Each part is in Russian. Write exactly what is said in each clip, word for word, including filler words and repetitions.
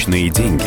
Личные деньги.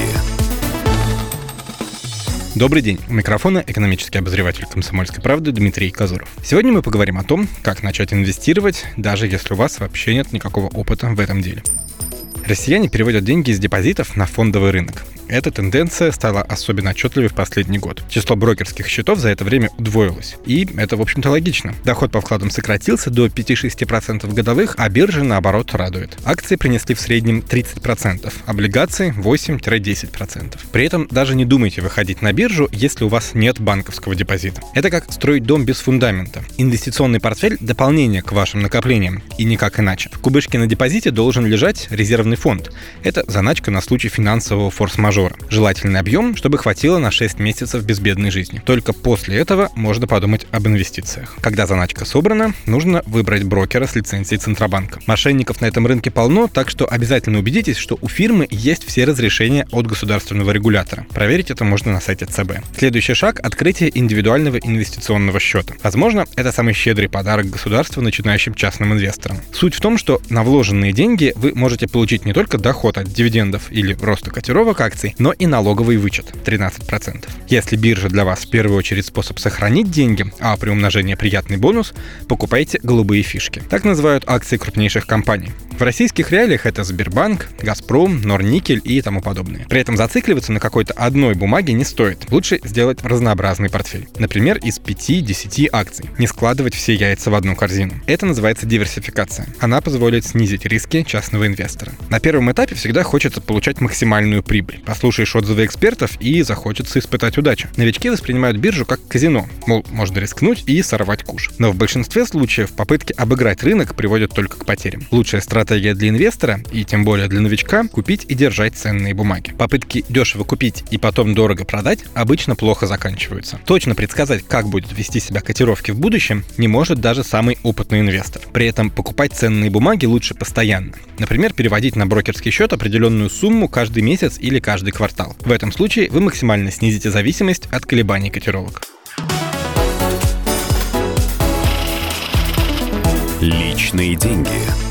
Добрый день. У микрофона экономический обозреватель «Комсомольской правды» Дмитрий Казуров. Сегодня мы поговорим о том, как начать инвестировать, даже если у вас вообще нет никакого опыта в этом деле. Россияне переводят деньги из депозитов на фондовый рынок. Эта тенденция стала особенно отчетливой в последний год. Число брокерских счетов за это время удвоилось. И это, в общем-то, логично. Доход по вкладам сократился до пять-шесть процентов годовых, а биржа, наоборот, радует. Акции принесли в среднем тридцать процентов, облигации восемь-десять процентов. При этом даже не думайте выходить на биржу, если у вас нет банковского депозита. Это как строить дом без фундамента. Инвестиционный портфель – дополнение к вашим накоплениям, и никак иначе. В кубышке на депозите должен лежать резервный фонд. Это заначка на случай финансового форс-мажора. Желательный объем, чтобы хватило на шесть месяцев безбедной жизни. Только после этого можно подумать об инвестициях. Когда заначка собрана, нужно выбрать брокера с лицензией Центробанка. Мошенников на этом рынке полно, так что обязательно убедитесь, что у фирмы есть все разрешения от государственного регулятора. Проверить это можно на сайте ЦБ. Следующий шаг – открытие индивидуального инвестиционного счета. Возможно, это самый щедрый подарок государства начинающим частным инвесторам. Суть в том, что на вложенные деньги вы можете получить не только доход от дивидендов или роста котировок акций, но и налоговый вычет – тринадцать процентов. Если биржа для вас в первую очередь способ сохранить деньги, а при умножении приятный бонус, покупайте голубые фишки. Так называют акции крупнейших компаний. В российских реалиях это Сбербанк, Газпром, Норникель и тому подобное. При этом зацикливаться на какой-то одной бумаге не стоит. Лучше сделать разнообразный портфель. Например, из пяти-десяти акций. Не складывать все яйца в одну корзину. Это называется диверсификация. Она позволит снизить риски частного инвестора. На первом этапе всегда хочется получать максимальную прибыль. Послушаешь отзывы экспертов и захочется испытать удачу. Новички воспринимают биржу как казино. Мол, можно рискнуть и сорвать куш. Но в большинстве случаев попытки обыграть рынок приводят только к потерям. Лучшая стратегия Стратегия для инвестора, и тем более для новичка, купить и держать ценные бумаги. Попытки дешево купить и потом дорого продать обычно плохо заканчиваются. Точно предсказать, как будут вести себя котировки в будущем, не может даже самый опытный инвестор. При этом покупать ценные бумаги лучше постоянно. Например, переводить на брокерский счет определенную сумму каждый месяц или каждый квартал. В этом случае вы максимально снизите зависимость от колебаний котировок. Личные деньги.